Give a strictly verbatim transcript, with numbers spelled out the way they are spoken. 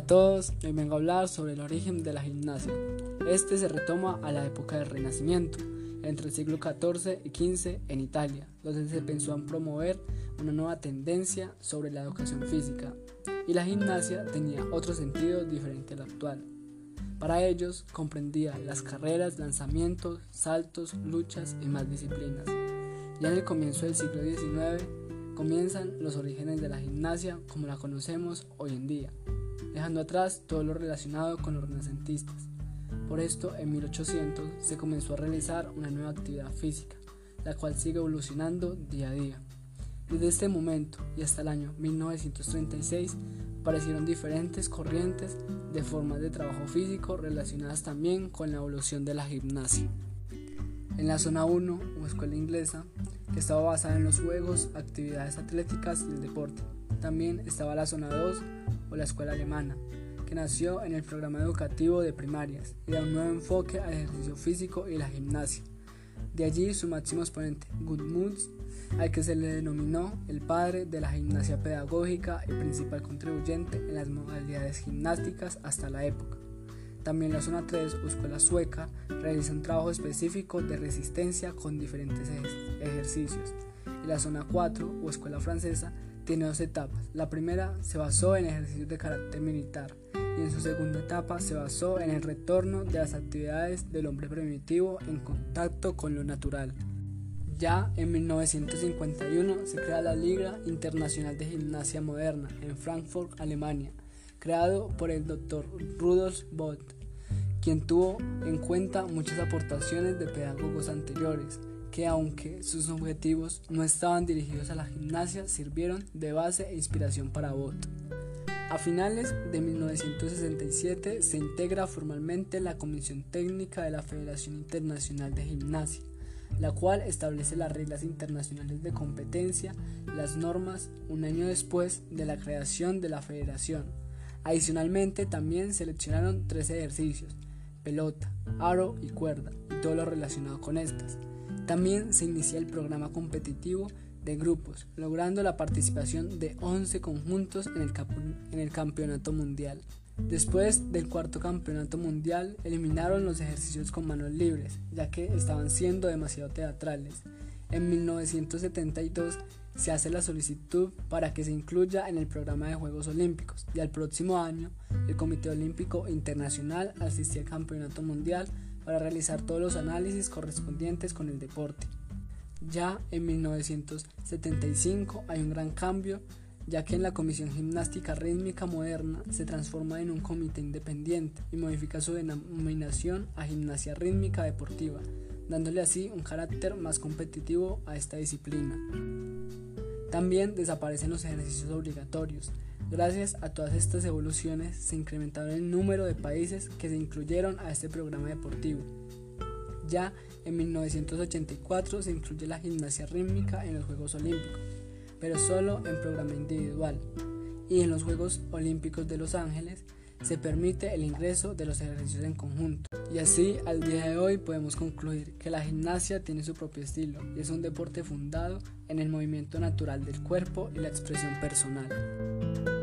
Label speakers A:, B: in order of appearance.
A: a todos, hoy vengo a hablar sobre el origen de la gimnasia. Este se retoma a la época del Renacimiento, entre el siglo catorce y quince en Italia, donde se pensó en promover una nueva tendencia sobre la educación física, y la gimnasia tenía otro sentido diferente al actual. Para ellos comprendía las carreras, lanzamientos, saltos, luchas y más disciplinas. Ya en el comienzo del siglo diecinueve comienzan los orígenes de la gimnasia como la conocemos hoy en día, dejando atrás todo lo relacionado con los renacentistas. Por esto, en mil ochocientos se comenzó a realizar una nueva actividad física, la cual sigue evolucionando día a día. Desde este momento y hasta el año mil novecientos treinta y seis aparecieron diferentes corrientes de formas de trabajo físico relacionadas también con la evolución de la gimnasia. En la zona uno, o escuela inglesa, que estaba basada en los juegos, actividades atléticas y el deporte. También estaba la zona dos, o la escuela alemana, que nació en el programa educativo de primarias y da un nuevo enfoque al ejercicio físico y la gimnasia. De allí su máximo exponente, Guttmuth, al que se le denominó el padre de la gimnasia pedagógica y principal contribuyente en las modalidades gimnásticas hasta la época. También la zona tres, o escuela sueca, realiza un trabajo específico de resistencia con diferentes ej- ejercicios. Y la zona cuatro, o escuela francesa, tiene dos etapas. La primera se basó en ejercicios de carácter militar y en su segunda etapa se basó en el retorno de las actividades del hombre primitivo en contacto con lo natural. Ya en mil novecientos cincuenta y uno se crea la Liga Internacional de Gimnasia Moderna en Frankfurt, Alemania, creado por el doctor Rudolf Bott, quien tuvo en cuenta muchas aportaciones de pedagogos anteriores, que aunque sus objetivos no estaban dirigidos a la gimnasia, sirvieron de base e inspiración para Bott. A finales de mil novecientos sesenta y siete se integra formalmente la Comisión Técnica de la Federación Internacional de Gimnasia, la cual establece las reglas internacionales de competencia, las normas, un año después de la creación de la federación. Adicionalmente también seleccionaron tres ejercicios: pelota, aro y cuerda, y todo lo relacionado con estas. También se inicia el programa competitivo de grupos, logrando la participación de once conjuntos en el, cap- en el campeonato mundial. Después del cuarto campeonato mundial, eliminaron los ejercicios con manos libres, ya que estaban siendo demasiado teatrales. En mil novecientos setenta y dos se hace la solicitud para que se incluya en el programa de Juegos Olímpicos, y al próximo año el Comité Olímpico Internacional asistía al Campeonato Mundial para realizar todos los análisis correspondientes con el deporte. Ya en mil novecientos setenta y cinco hay un gran cambio, ya que en la Comisión Gimnástica Rítmica Moderna se transforma en un comité independiente y modifica su denominación a Gimnasia Rítmica Deportiva, dándole así un carácter más competitivo a esta disciplina. También desaparecen los ejercicios obligatorios. Gracias a todas estas evoluciones se incrementaron el número de países que se incluyeron a este programa deportivo. Ya en mil novecientos ochenta y cuatro se incluye la gimnasia rítmica en los Juegos Olímpicos, pero solo en programa individual, y en los Juegos Olímpicos de Los Ángeles se permite el ingreso de los ejercicios en conjunto. Y así, al día de hoy podemos concluir que la gimnasia tiene su propio estilo y es un deporte fundado en el movimiento natural del cuerpo y la expresión personal.